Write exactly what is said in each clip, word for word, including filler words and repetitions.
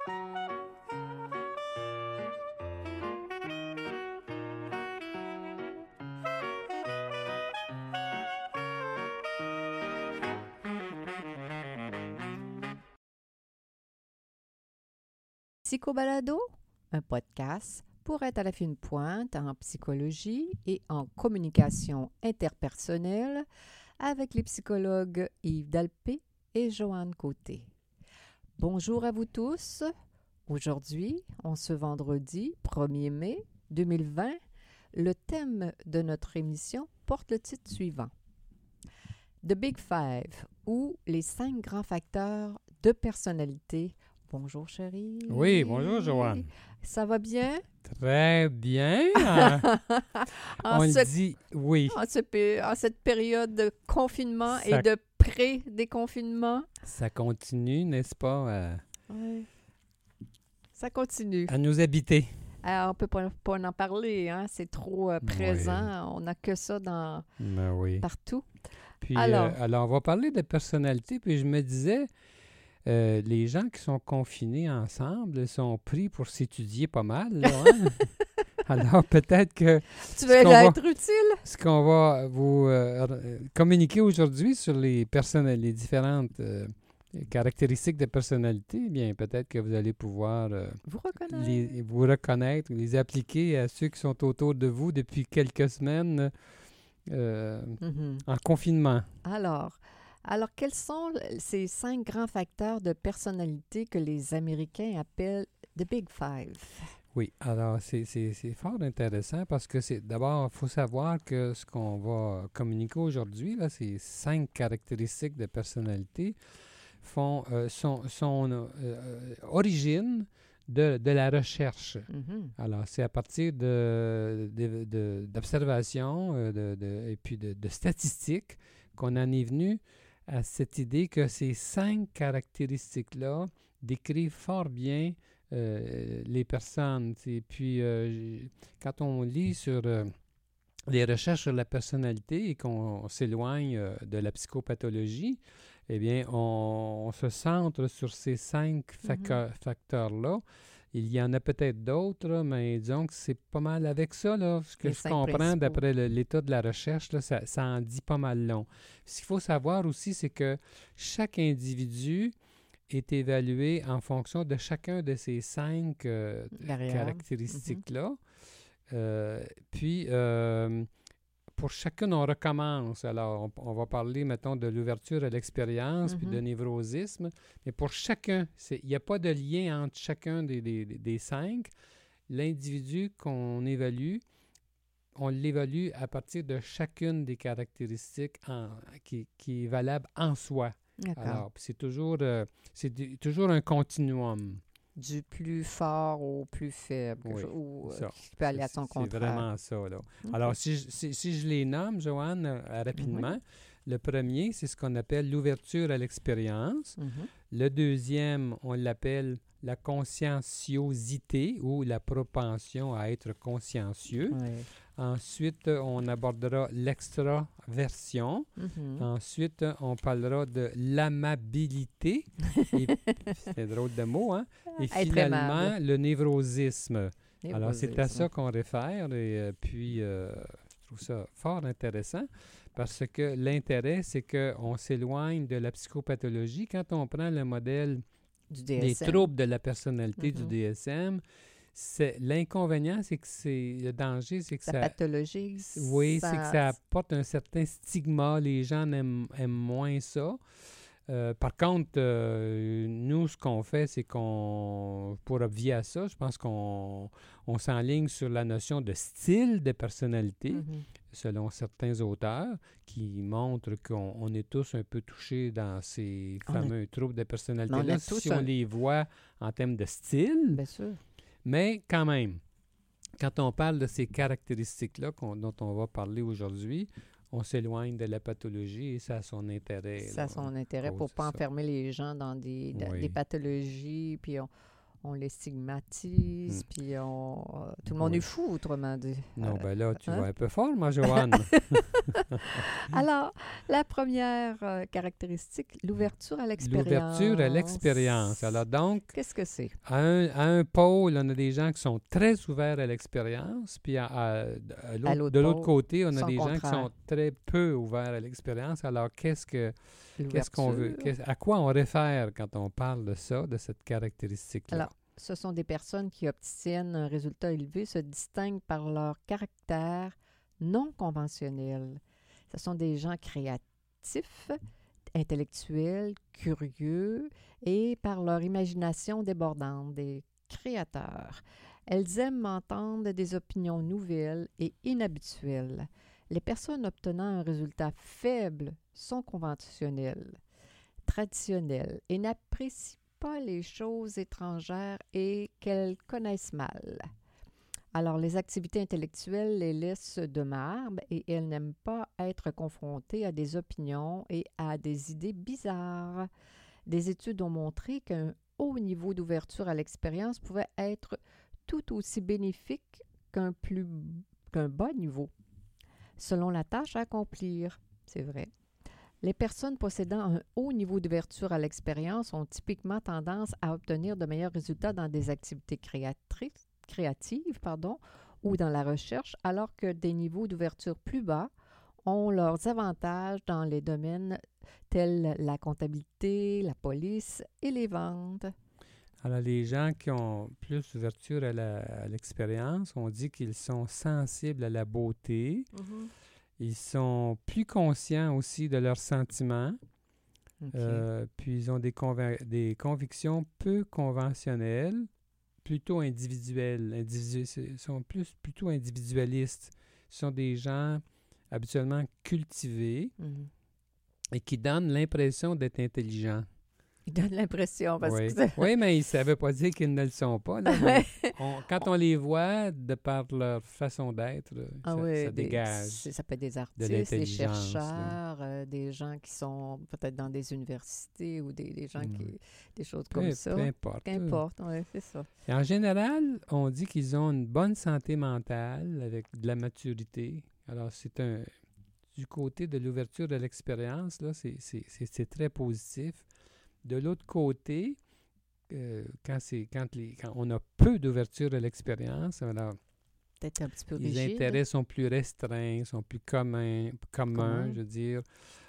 Psychobalado, un podcast pour être à la fine pointe en psychologie et en communication interpersonnelle avec les psychologues Yves Dalpé et Joanne Côté. Bonjour à vous tous. Aujourd'hui, en ce vendredi premier mai deux mille vingt, le thème de notre émission porte le titre suivant. The Big Five, ou les cinq grands facteurs de personnalité. Bonjour, chérie. Oui, bonjour, Joanne. Ça va bien? Très bien. en On cette, le dit, oui. En, ce, en cette période de confinement Ça, et de pré-déconfinement. Ça continue, n'est-ce pas, euh, Oui. Ça continue. à nous habiter. Alors, on ne peut pas, pas en parler, hein? C'est trop euh, présent. Oui. On n'a que ça dans, ben oui. partout. Puis, alors, euh, alors, on va parler de personnalité. Puis, je me disais... Euh, les gens qui sont confinés ensemble sont pris pour s'étudier pas mal. Là, hein? Alors, peut-être que... Tu veux être va, utile? Ce qu'on va vous euh, communiquer aujourd'hui sur les, personnali- les différentes euh, caractéristiques de personnalité, eh bien, peut-être que vous allez pouvoir euh, vous, reconnaître. Les, vous reconnaître, les appliquer à ceux qui sont autour de vous depuis quelques semaines euh, mm-hmm. en confinement. Alors... Alors, quels sont ces cinq grands facteurs de personnalité que les Américains appellent « the Big Five » ? Oui, alors c'est, c'est, c'est fort intéressant parce que c'est d'abord, il faut savoir que ce qu'on va communiquer aujourd'hui, là, ces cinq caractéristiques de personnalité, font, euh, sont, sont euh, origine de, de la recherche. Mm-hmm. Alors, c'est à partir de, de, de, d'observations euh, de, de, et puis de, de statistiques qu'on en est venu à cette idée que ces cinq caractéristiques-là décrivent fort bien euh, les personnes. Et puis, euh, quand on lit sur euh, les recherches sur la personnalité et qu'on s'éloigne euh, de la psychopathologie, eh bien, on, on se centre sur ces cinq mm-hmm. facteurs-là. Il y en a peut-être d'autres, mais disons que c'est pas mal avec ça, là, ce que les je comprends principaux. D'après le, l'état de la recherche, là, ça, ça en dit pas mal long. Ce qu'il faut savoir aussi, c'est que chaque individu est évalué en fonction de chacun de ces cinq euh, caractéristiques-là. Mm-hmm. Euh, puis, euh, pour chacune, on recommence. Alors, on, on va parler, mettons, de l'ouverture à l'expérience, mm-hmm. puis de névrosisme. Mais pour chacun, il n'y a pas de lien entre chacun des, des, des cinq. L'individu qu'on évalue, on l'évalue à partir de chacune des caractéristiques en, qui, qui est valable en soi. D'accord. Alors, c'est toujours, euh, c'est d- toujours un continuum. Du plus fort au plus faible, oui, ou ça. Qui peut aller à son c'est, contraire. C'est vraiment ça, là. Okay. Alors, si je, si, si je les nomme, Joanne, euh, rapidement, mm-hmm. le premier, c'est ce qu'on appelle l'ouverture à l'expérience. Mm-hmm. Le deuxième, on l'appelle la conscienciosité ou la propension à être consciencieux. Oui. Ensuite, on abordera l'extraversion. Mm-hmm. Ensuite, on parlera de l'amabilité. Et, c'est drôle de mot, hein? Et être finalement, aimable. Le névrosisme. névrosisme. Alors, c'est à ça qu'on réfère. Et euh, puis, euh, je trouve ça fort intéressant parce que l'intérêt, c'est qu'on s'éloigne de la psychopathologie. Quand on prend le modèle du D S M. Des troubles de la personnalité mm-hmm. du D S M, c'est, l'inconvénient, c'est que c'est le danger, c'est que ça... ça... pathologie. Oui, ça... c'est que ça apporte un certain stigma. Les gens aiment, aiment moins ça. Euh, par contre, euh, nous, ce qu'on fait, c'est qu'on, pour obvier à ça, je pense qu'on on s'enligne sur la notion de style de personnalité, mm-hmm. selon certains auteurs, qui montrent qu'on on est tous un peu touchés dans ces on fameux a... troubles de personnalité-là, si on un... les voit en termes de style. Bien sûr. Mais quand même, quand on parle de ces caractéristiques-là qu'on, dont on va parler aujourd'hui, on s'éloigne de la pathologie et ça a son intérêt. Ça a son intérêt pour ne pas ça. enfermer les gens dans des, oui. des pathologies. Puis on, on les stigmatise, Mm. puis on, euh, tout le monde Oui. est fou, autrement dit. Non, Euh, ben là, tu hein? vas un peu fort, ma Joanne. Alors, la première euh, caractéristique, l'ouverture à l'expérience. L'ouverture à l'expérience. Alors donc, Qu'est-ce que c'est? à un, à un pôle, on a des gens qui sont très ouverts à l'expérience, puis à, à- à l'autre- l'autre de l'autre pôle, côté, on a son des gens qui contraire. sont très peu ouverts à l'expérience. Alors, qu'est-ce que qu'est-ce qu'on veut? L'ouverture. Qu'est- à quoi on réfère quand on parle de ça, de cette caractéristique-là? Alors, ce sont des personnes qui obtiennent un résultat élevé, se distinguent par leur caractère non conventionnel. Ce sont des gens créatifs, intellectuels, curieux et par leur imagination débordante, des créateurs. Elles aiment entendre des opinions nouvelles et inhabituelles. Les personnes obtenant un résultat faible sont conventionnelles, traditionnelles et n'apprécient pas les choses étrangères et qu'elles connaissent mal. Alors, les activités intellectuelles les laissent de marbre et elles n'aiment pas être confrontées à des opinions et à des idées bizarres. Des études ont montré qu'un haut niveau d'ouverture à l'expérience pouvait être tout aussi bénéfique qu'un plus qu'un bas niveau, selon la tâche à accomplir. C'est vrai. Les personnes possédant un haut niveau d'ouverture à l'expérience ont typiquement tendance à obtenir de meilleurs résultats dans des activités créatrices, créatives pardon, ou dans la recherche, alors que des niveaux d'ouverture plus bas ont leurs avantages dans les domaines tels la comptabilité, la police et les ventes. Alors, les gens qui ont plus d'ouverture à, la- à l'expérience, on dit qu'ils sont sensibles à la beauté. Mm-hmm. Ils sont plus conscients aussi de leurs sentiments. Okay. Euh, puis ils ont des, conva- des convictions peu conventionnelles, plutôt individuelles. Individu- ils sont plus, plutôt individualistes. Ce sont des gens habituellement cultivés Mm-hmm. et qui donnent l'impression d'être intelligents. Ils donnent l'impression parce Oui. que c'est... Oui, mais ça ne veut pas dire qu'ils ne le sont pas. Là, mais on- quand on les voit, de par leur façon d'être, Ah ça, oui, ça des- dégage. c'est- ça peut être des de artistes, des l'intelligence, là. chercheurs, euh, des gens qui sont peut-être dans des universités ou des, des gens Mm. qui... des choses Peu, comme ça. peu importe. Qu'importe, oui, c'est ça. Et en général, on dit qu'ils ont une bonne santé mentale avec de la maturité. Alors, c'est un... Du côté de l'ouverture de l'expérience, là, c'est, c'est, c'est, c'est très positif. De l'autre côté, euh, quand, c'est, quand, les, quand on a peu d'ouverture de l'expérience, alors Peut-être un petit peu les rigide. intérêts sont plus restreints, sont plus communs, communs, Commun. je veux dire.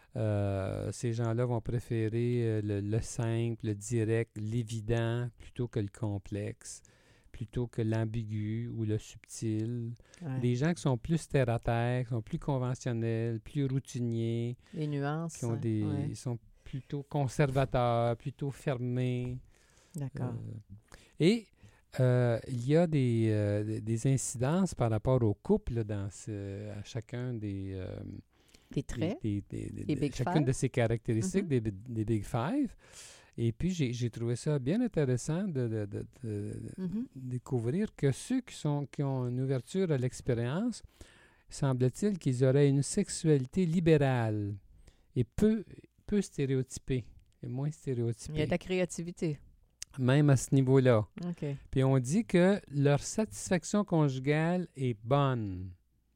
Euh, ces gens-là vont préférer euh, le, le simple, le direct, l'évident, plutôt que le complexe, plutôt que l'ambigu ou le subtil. Ouais. Des gens qui sont plus terre-à-terre, qui sont plus conventionnels, plus routiniers, Les nuances. qui ont des, ouais. ils sont plutôt conservateurs, plutôt fermés. D'accord. Euh, et euh, il y a des, euh, des- des incidences par rapport au couple là, dans ce- à chacun des, euh, Des des- traits. des- des- des- Les de- Big chacune Five. de ces caractéristiques Mhm. des, bi- des Big Five. Et puis, j'ai j'ai trouvé ça bien intéressant de, de- de- de Mhm. découvrir que ceux qui, sont, qui ont une ouverture à l'expérience, semble-t-il qu'ils auraient une sexualité libérale et peu, peu stéréotypée, et moins Il y a stéréotypée, de la créativité. même à ce niveau-là. OK. Puis on dit que leur satisfaction conjugale est bonne,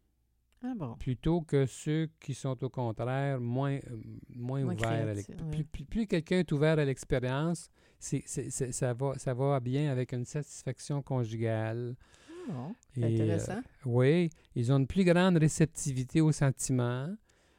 Ah bon. plutôt que ceux qui sont au contraire moins, euh, moins, Moins ouverts. À créatif, l'ex- ouais. plus, plus- plus quelqu'un est ouvert à l'expérience, c'est, c'est- c'est- ça, va, ça va bien avec une satisfaction conjugale. Ah bon. C'est Et, intéressant. euh, oui, ils ont une plus grande réceptivité aux sentiments.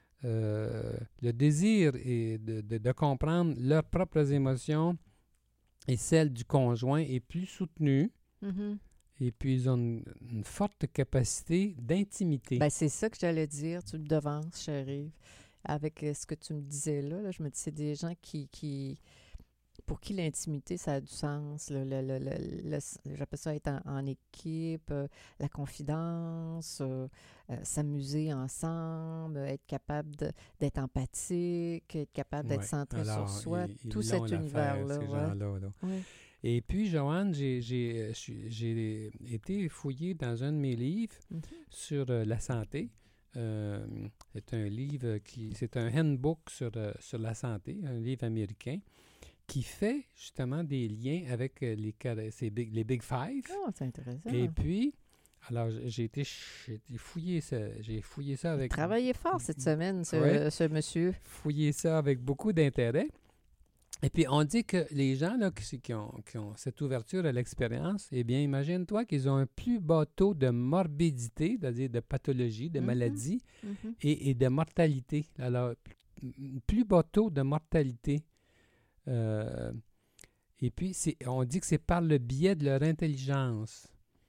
Euh, le désir est de, de- de comprendre leurs propres émotions et celles du conjoint est plus soutenu. Mhm. Et puis, ils ont une, une forte capacité d'intimité. Ben, c'est ça que j'allais dire. Tu me devances, chérie. Avec euh, ce que tu me disais là, là, je me dis c'est des gens qui, qui pour qui l'intimité, ça a du sens. Le, le, le, le- le- j'appelle ça être en, en équipe, euh, la confidence, euh, euh, s'amuser ensemble, être capable de- d'être empathique, être capable d'être Ouais. centré Alors, sur soi. ils- ils tout l'ont cet l'affaire, univers-là. ces Ouais. gens-là, là. Ouais. Et puis, Joanne, j'ai, j'ai, je suis- j'ai été fouillé dans un de mes livres Mhm. sur euh, la santé. Euh, c'est un livre qui... C'est un handbook sur, euh, sur la santé, un livre américain. qui fait justement des liens avec euh, les, ces big, les Big Five. Oh, c'est intéressant. Et puis, alors j'ai été, j'ai été fouiller ça, j'ai fouillé ça avec... Travaillé fort cette semaine, ce, ouais, ce monsieur. Fouillé ça avec beaucoup d'intérêt. Et puis, on dit que les gens là, qui, qui, ont, qui ont cette ouverture à l'expérience, eh bien, imagine-toi qu'ils ont un plus bas taux de morbidité, c'est-à-dire de pathologie, de Mm-hmm. maladie Mm-hmm. et, et de mortalité. Alors, plus bas taux de mortalité. Euh, et puis, c'est, on dit que c'est par le biais de leur intelligence.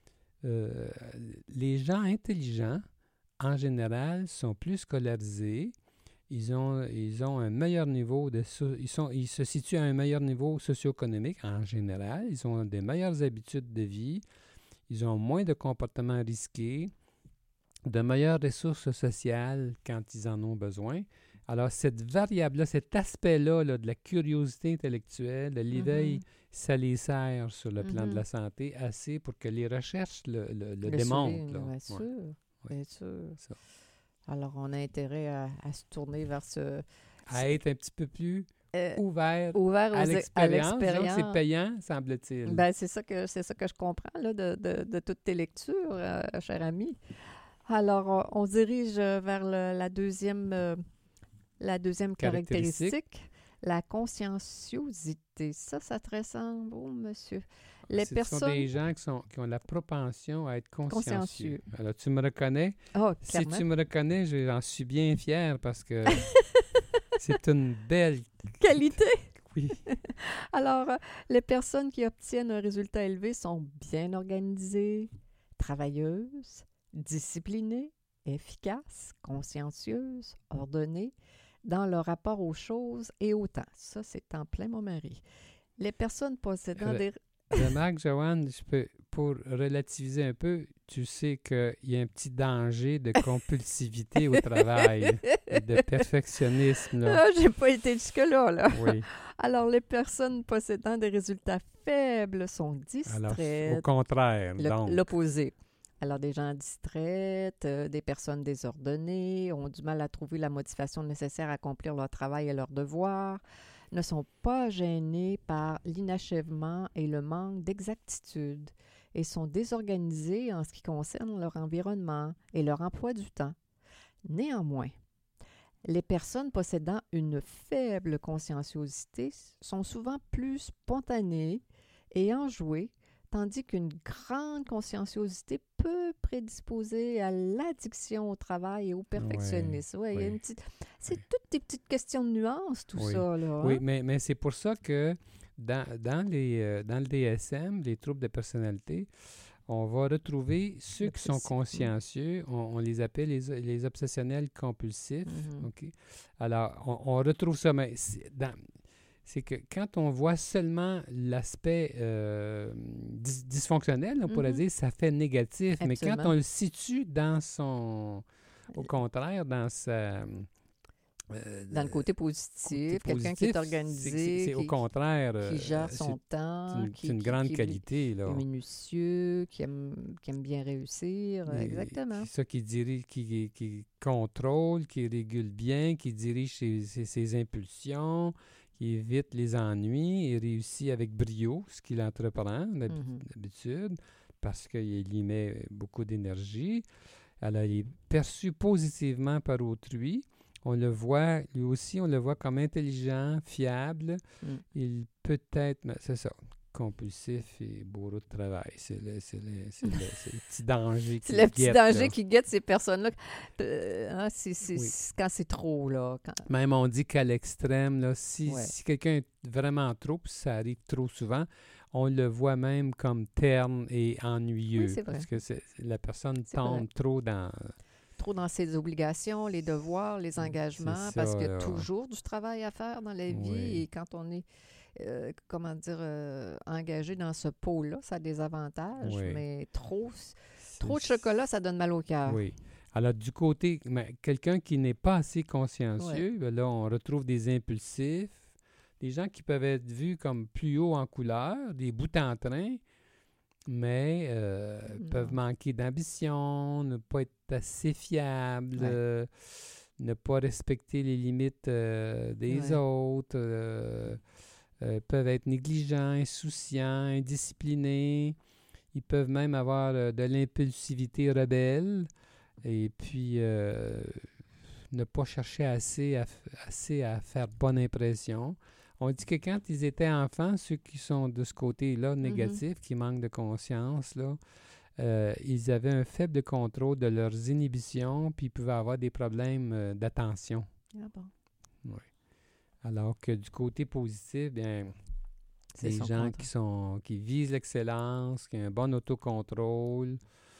Euh, les gens intelligents, en général, sont plus scolarisés. Ils ont, ils ont un meilleur niveau de... So- ils, sont, ils se situent à un meilleur niveau socio-économique en général. Ils ont des meilleures habitudes de vie. Ils ont moins de comportements risqués, de meilleures ressources sociales quand ils en ont besoin. Alors, cette variable-là, cet aspect-là là, de la curiosité intellectuelle, de l'éveil, Mm-hmm. ça les sert sur le plan Mm-hmm. de la santé assez pour que les recherches le, le, le, Le démontrent. souligne, là. bien Ouais. sûr. Ouais. Bien sûr. Ça. Alors, on a intérêt à, à se tourner vers ce... À ce- être un petit peu plus euh, ouvert ouvert aux, à à l'expérience. Donc, l'expérience. c'est payant, semble-t-il. Ben, c'est ça que c'est ça que je comprends là, de, de, de toutes tes lectures, euh, cher ami. Alors, on, on se dirige vers le- la deuxième, euh, la deuxième Caractéristique. caractéristique, la conscienciosité. Ça, ça te ressemble, oh, monsieur. Les Ce personnes... sont des gens qui, sont, qui ont la propension à être consciencieux. Consciencieux. Alors, tu me reconnais? Oh, Si clairement. tu me reconnais, j'en suis bien fier parce que c'est une belle... Qualité. Oui. Alors, euh, les personnes qui obtiennent un résultat élevé sont bien organisées, travailleuses, disciplinées, efficaces, consciencieuses, ordonnées dans leur rapport aux choses et au temps. Ça, c'est en plein mon mari. Les personnes possédant Euh, des... Remarque, Joanne, je peux, pour relativiser un peu, tu sais qu'il y a un petit danger de compulsivité au travail, et de perfectionnisme. Là. Ah, j'ai pas été jusque-là, là. Oui. Alors, les personnes possédant des résultats faibles sont Alors, distraites. au contraire, Le- donc. L'opposé. Alors, des gens distraites, euh, des personnes désordonnées, ont du mal à trouver la motivation nécessaire à accomplir leur travail et leurs devoirs, ne sont pas gênés par l'inachèvement et le manque d'exactitude et sont désorganisés en ce qui concerne leur environnement et leur emploi du temps. Néanmoins, les personnes possédant une faible conscienciosité sont souvent plus spontanées et enjouées, tandis qu'une grande conscienciosité peut prédisposer à l'addiction au travail et au perfectionnisme. Ouais, il y a oui. une petite... C'est Oui. toutes des petites questions de nuances, tout Oui. ça. Là, Oui, hein? mais, mais c'est pour ça que dans, dans, les, euh, dans le D S M, les troubles de personnalité, on va retrouver ceux qui sont L'obsession. consciencieux, on, on les appelle les, les obsessionnels compulsifs. Mhm. OK? Alors, on, on retrouve ça, mais c'est, dans, c'est que quand on voit seulement l'aspect euh, dis- dysfonctionnel, on pourrait Mhm. dire, ça fait négatif. Mais quand Absolument. on le situe dans son... Au contraire, dans sa... euh, Dans le côté positif, côté quelqu'un qui est positif, organisé, c'est- c'est- c'est au qui, contraire, qui euh, gère c'est- son temps, c'est une, qui, c'est une qui- grande qui est- qualité. qui Là. est minutieux, qui aime, qui aime bien réussir. Et- Exactement. C'est ça qui dirige, qui, qui contrôle, qui régule bien, qui dirige ses, ses- ses impulsions, qui évite les ennuis et réussit avec brio ce qu'il entreprend d'habi- Mhm. d'habitude parce qu'il y met beaucoup d'énergie. Alors, il est perçu positivement par autrui. On le voit, lui aussi, on le voit comme intelligent, fiable. Mm. Il peut être, mais c'est ça, compulsif et bourreau de travail. C'est le, c'est le, c'est le, c'est le petit danger qui C'est le petit guette, danger là. qui guette ces personnes-là. Euh, hein, c'est, c'est- Oui. c'est quand c'est trop, là. Quand... Même on dit qu'à l'extrême, là, si, Ouais. si quelqu'un est vraiment trop, puis ça arrive trop souvent, on le voit même comme terne et ennuyeux. Oui, c'est vrai. Parce que c'est, la personne C'est tombe vrai. trop dans... Trop dans ses obligations, les devoirs, les engagements, ça, parce qu'il y a là. toujours du travail à faire dans la vie. Oui. Et quand on est, euh, comment dire, euh, engagé dans ce pôle-là, ça a des avantages, Oui. mais trop, c'est- trop de chocolat, ça donne mal au cœur. Oui. Alors, du côté, mais quelqu'un qui n'est pas assez consciencieux, ben là, on retrouve des impulsifs, des gens qui peuvent être vus comme plus haut en couleur, des bouts en train, mais euh, Non. peuvent manquer d'ambition, ne pas être assez fiables, Ouais. euh, ne pas respecter les limites euh, des Ouais. autres, euh, euh, peuvent être négligents, insouciants, indisciplinés. Ils peuvent même avoir euh, de l'impulsivité rebelle et puis euh, ne pas chercher assez à, assez à faire bonne impression. On dit que quand ils étaient enfants, ceux qui sont de ce côté-là négatif, mm-hmm. qui manquent de conscience, là, euh, ils avaient un faible contrôle de leurs inhibitions, puis ils pouvaient avoir des problèmes euh, d'attention. Ah bon? Oui. Alors que du côté positif, bien, c'est des gens qui, sont, qui visent l'excellence, qui ont un bon autocontrôle.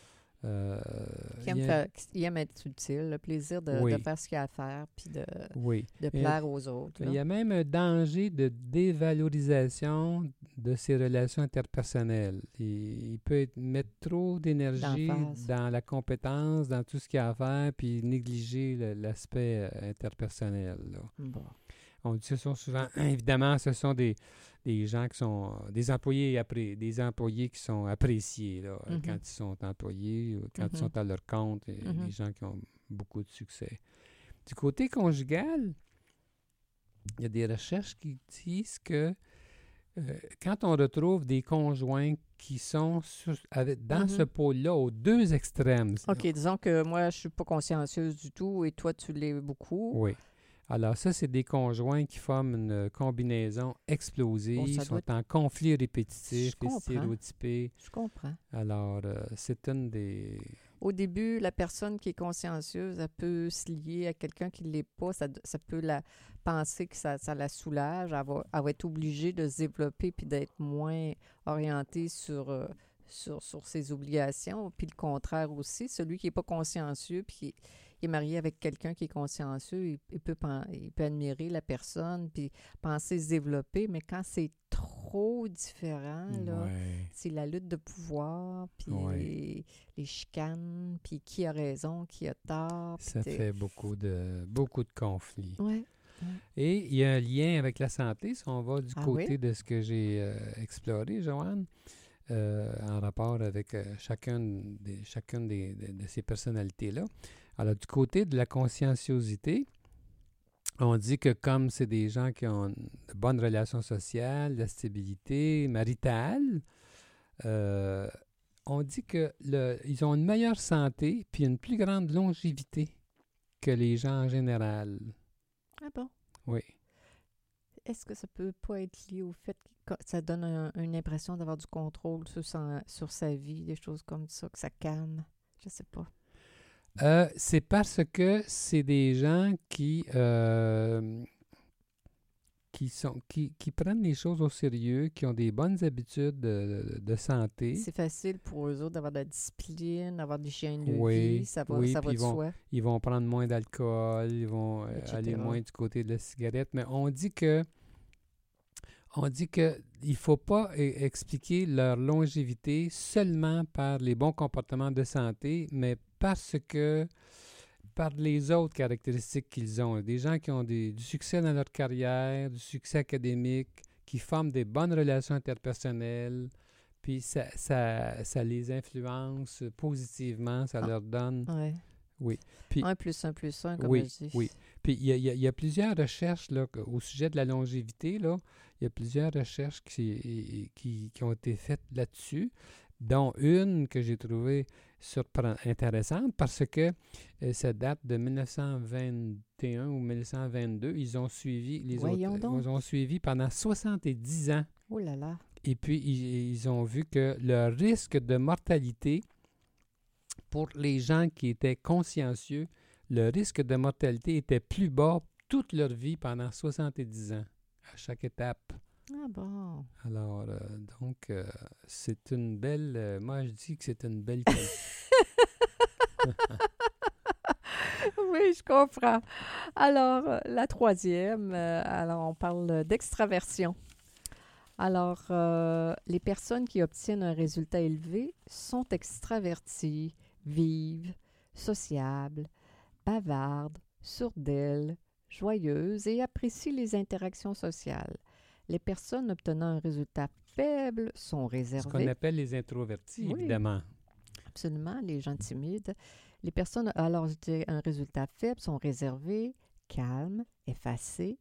Euh, qui, aiment il, a... faire, qui aiment être utile, le plaisir de, oui. de faire ce qu'il y a à faire, puis de, oui. de plaire aux autres. Là. Il y a même un danger de dévalorisation de ses relations interpersonnelles. Il, il peut être, mettre trop d'énergie dans la compétence, dans tout ce qu'il y a à faire, puis négliger le, l'aspect euh, interpersonnel. Là. Bon. On dit que ce sont souvent, évidemment, ce sont des, des gens qui sont, des employés appré- des employés qui sont appréciés là, mm-hmm. quand ils sont employés, quand mm-hmm. ils sont à leur compte, et mm-hmm. des gens qui ont beaucoup de succès. Du côté conjugal, il y a des recherches qui disent que euh, quand on retrouve des conjoints qui sont sur, avec, dans mm-hmm. ce pôle-là, aux deux extrêmes. OK, disons que moi, je ne suis pas consciencieuse du tout et toi, tu l'es beaucoup. Oui. Alors ça, c'est des conjoints qui forment une combinaison explosive, oh, sont être... en conflit répétitif et stéréotypé. Je comprends. Alors, euh, c'est une des... Au début, la personne qui est consciencieuse, elle peut se lier à quelqu'un qui ne l'est pas. Ça, ça peut la penser que ça, ça la soulage. Elle va, elle va être obligée de se développer puis d'être moins orientée sur, euh, sur, sur ses obligations. Puis le contraire aussi, celui qui n'est pas consciencieux puis qui est marié avec quelqu'un qui est consciencieux, il, il, peut, il peut admirer la personne puis penser se développer, mais quand c'est trop différent, là, ouais. c'est la lutte de pouvoir, puis ouais. les, les chicanes, puis qui a raison, qui a tort. Ça fait beaucoup de, beaucoup de conflits. Ouais. Ouais. Et il y a un lien avec la santé, si on va du ah côté oui? de ce que j'ai euh, exploré, Joanne, euh, en rapport avec euh, chacune, des, chacune des, de, de ces personnalités-là. Alors, du côté de la conscienciosité, on dit que comme c'est des gens qui ont de bonnes relations sociales, de la stabilité maritale, euh, on dit qu'ils ont une meilleure santé puis une plus grande longévité que les gens en général. Ah bon? Oui. Est-ce que ça peut pas être lié au fait que ça donne un, une impression d'avoir du contrôle sur sa, sur sa vie, des choses comme ça, que ça calme? Je sais pas. Euh, c'est parce que c'est des gens qui, euh, qui, sont, qui, qui prennent les choses au sérieux, qui ont des bonnes habitudes de, de, de santé. C'est facile pour eux autres d'avoir de la discipline, d'avoir des chiens de oui, vie, ça va, oui, ça va de ils vont, soi. Ils vont prendre moins d'alcool, ils vont euh, aller moins du côté de la cigarette, mais on dit que on dit que il ne faut pas e- expliquer leur longévité seulement par les bons comportements de santé, mais parce que par les autres caractéristiques qu'ils ont. Des gens qui ont des, du succès dans leur carrière, du succès académique, qui forment des bonnes relations interpersonnelles, puis ça, ça, ça les influence positivement, ça ah, leur donne... Ouais. Oui. Puis, un plus un plus un, comme oui, je dis. Oui, puis il y, y, y a plusieurs recherches là, au sujet de la longévité, là. Il y a plusieurs recherches qui, qui, qui ont été faites là-dessus, dont une que j'ai trouvée surprenante, intéressante, parce que euh, ça date de dix-neuf cent vingt et un ou dix-neuf cent vingt-deux. Ils ont suivi les Voyons autres, donc. ils ont suivi pendant soixante-dix ans. Oh là là. Et puis, ils, ils ont vu que le risque de mortalité pour les gens qui étaient consciencieux, le risque de mortalité était plus bas toute leur vie pendant soixante-dix ans, à chaque étape. Ah bon. Alors, euh, donc, euh, c'est une belle... Euh, moi, je dis que c'est une belle... Oui, je comprends. Alors, euh, la troisième, euh, alors on parle d'extraversion. Alors, euh, les personnes qui obtiennent un résultat élevé sont extraverties, vives, sociables, bavardes, sourdelles, joyeuses et apprécient les interactions sociales. Les personnes obtenant un résultat faible sont réservées. Ce qu'on appelle les introvertis, oui, évidemment. Absolument, les gens timides. Les personnes, alors je dirais, un résultat faible sont réservées, calmes, effacées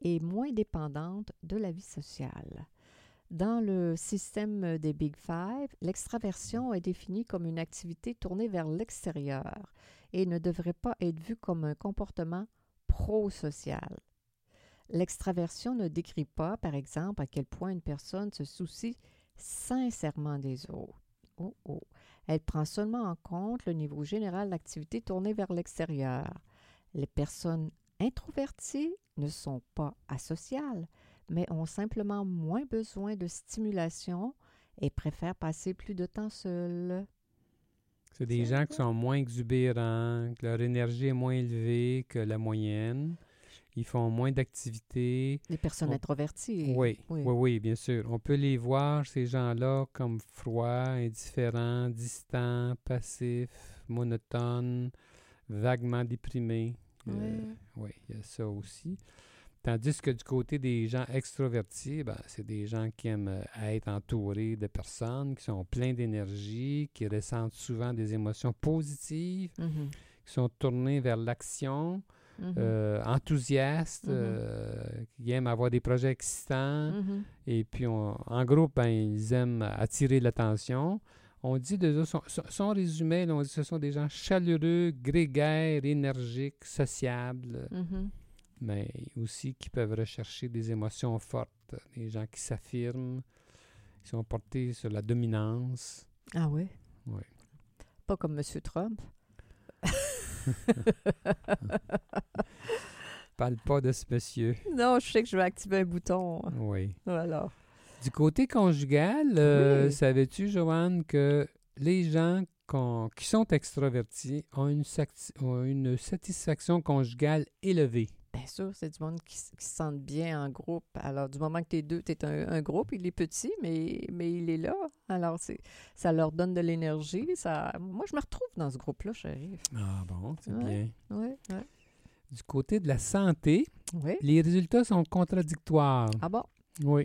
et moins dépendante de la vie sociale. Dans le système des Big Five, l'extraversion est définie comme une activité tournée vers l'extérieur et ne devrait pas être vue comme un comportement pro-social. L'extraversion ne décrit pas, par exemple, à quel point une personne se soucie sincèrement des autres. Oh, oh. Elle prend seulement en compte le niveau général d'activité tournée vers l'extérieur. Les personnes introverties ne sont pas asociales, mais ont simplement moins besoin de stimulation et préfèrent passer plus de temps seules. C'est des C'est gens ça. qui sont moins exubérants, que leur énergie est moins élevée que la moyenne. Ils font moins d'activités. Les personnes On- introverties. Oui, oui. oui, oui, bien sûr. On peut les voir, ces gens-là, comme froids, indifférents, distants, passifs, monotones, vaguement déprimés. Euh, Oui. oui, il y a ça aussi. Tandis que du côté des gens extrovertis, ben, c'est des gens qui aiment euh, être entourés de personnes, qui sont pleins d'énergie, qui ressentent souvent des émotions positives, Mhm. qui sont tournés vers l'action, Mhm. euh, enthousiastes, Mhm. euh, qui aiment avoir des projets excitants. Mhm. Et puis, on- en groupe, ben, ils aiment attirer l'attention. On dit, de son, son- son résumé, là, on dit que ce sont des gens chaleureux, grégaires, énergiques, sociables, Mhm. mais aussi qui peuvent rechercher des émotions fortes. Des gens qui s'affirment, qui sont portés sur la dominance. Ah oui? Oui. Pas comme M. Trump. Parle pas de ce monsieur. Non, je sais que je vais activer un bouton. Oui. Voilà. Du côté conjugal, euh, Oui. savais-tu, Joanne, que les gens qu'on- qui sont extravertis ont une, sati- ont une satisfaction conjugale élevée? Bien sûr, c'est du monde qui, s- qui se sent bien en groupe. Alors, du moment que tu es deux, tu es un, un groupe, il est petit, mais, mais il est là. Alors, c'est, ça leur donne de l'énergie. Ça, moi, je me retrouve dans ce groupe-là, chérie. Ah bon, c'est Ouais. bien. Oui, oui. Du côté de la santé, Oui. les résultats sont contradictoires. Ah bon? Oui.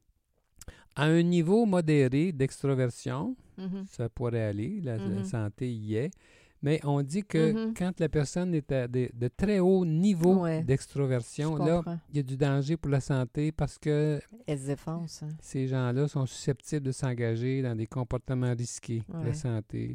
À un niveau modéré d'extroversion, Mhm. ça pourrait aller, la, la Mhm. santé y est, mais on dit que Mhm. quand la personne est à de, de très haut niveau Ouais. d'extroversion, Je là, comprends. il y a du danger pour la santé parce que Elle se défonce. Hein? ces gens-là sont susceptibles de s'engager dans des comportements risqués pour Ouais. la santé,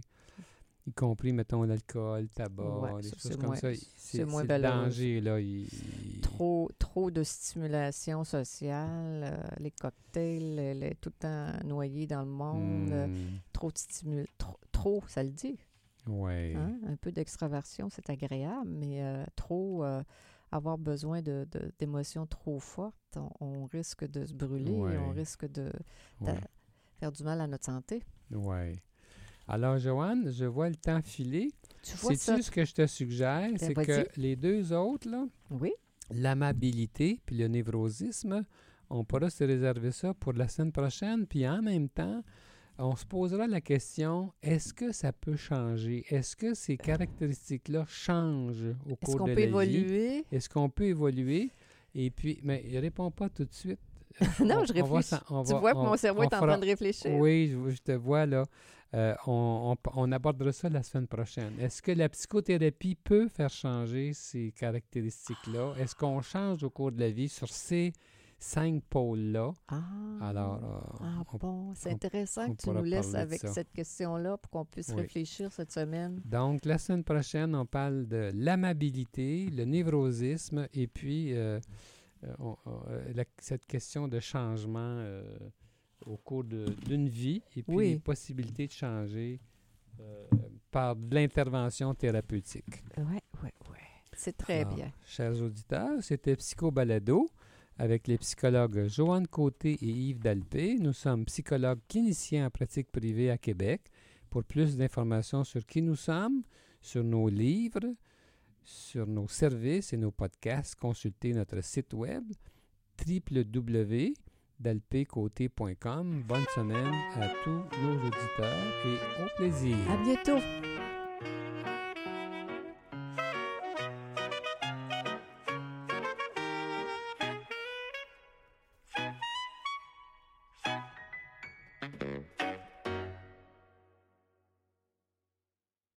y compris, mettons, l'alcool, le tabac, Ouais, des ça, choses c'est comme moins- ça. c'est C'est moins c'est le valeureux, danger, là. il- il- Trop, trop de stimulation sociale, euh, les cocktails, les, les- tout le temps noyés dans le monde, euh, Hmm, trop de stimul... Trop, trop, ça le dit. ouais. Hein? Un peu d'extraversion, c'est agréable, mais euh, trop euh, avoir besoin de, de- d'émotions trop fortes, on, on risque de se brûler, Ouais. on risque de ouais. faire du mal à notre santé. Ouais. Alors, Joanne, je vois le temps filer. Tu vois ça? Sais-tu ce que je te suggère? Ben, C'est vas-y. que les deux autres, là, Oui? l'amabilité puis le névrosisme, on pourra se réserver ça pour la semaine prochaine. Puis en même temps, on se posera la question, est-ce que ça peut changer? Est-ce que ces caractéristiques-là changent au Est-ce cours qu'on de peut la vie? évoluer? Est-ce qu'on peut évoluer? Et puis, mais il répond pas tout de suite. non, On- je on va réfléchis. s'en- on Tu va- vois que on- mon cerveau on est en fera- train de réfléchir. Oui, je, je te vois là. Euh, on, on- on abordera ça la semaine prochaine. Est-ce que la psychothérapie peut faire changer ces caractéristiques-là? Est-ce qu'on change au cours de la vie sur ces cinq pôles-là? Ah, Alors, euh, ah on- bon, c'est on- intéressant on que tu pourra nous laisses parler de avec ça. cette question-là pour qu'on puisse Oui. réfléchir cette semaine. donc, la semaine prochaine, on parle de l'amabilité, le névrosisme et puis euh, euh, on- on- euh, la- cette question de changement euh, au cours de- d'une vie et puis Oui. les possibilités de changer euh, par de l'intervention thérapeutique. Oui, oui, oui. C'est très Alors, bien. Chers auditeurs, c'était Psycho Balado avec les psychologues Joanne Côté et Yves Dalpé. Nous sommes psychologues cliniciens en pratique privée à Québec. Pour plus d'informations sur qui nous sommes, sur nos livres, sur nos services et nos podcasts, consultez notre site web w w w point dalpécoté point com. Bonne semaine à tous nos auditeurs et au plaisir. À bientôt.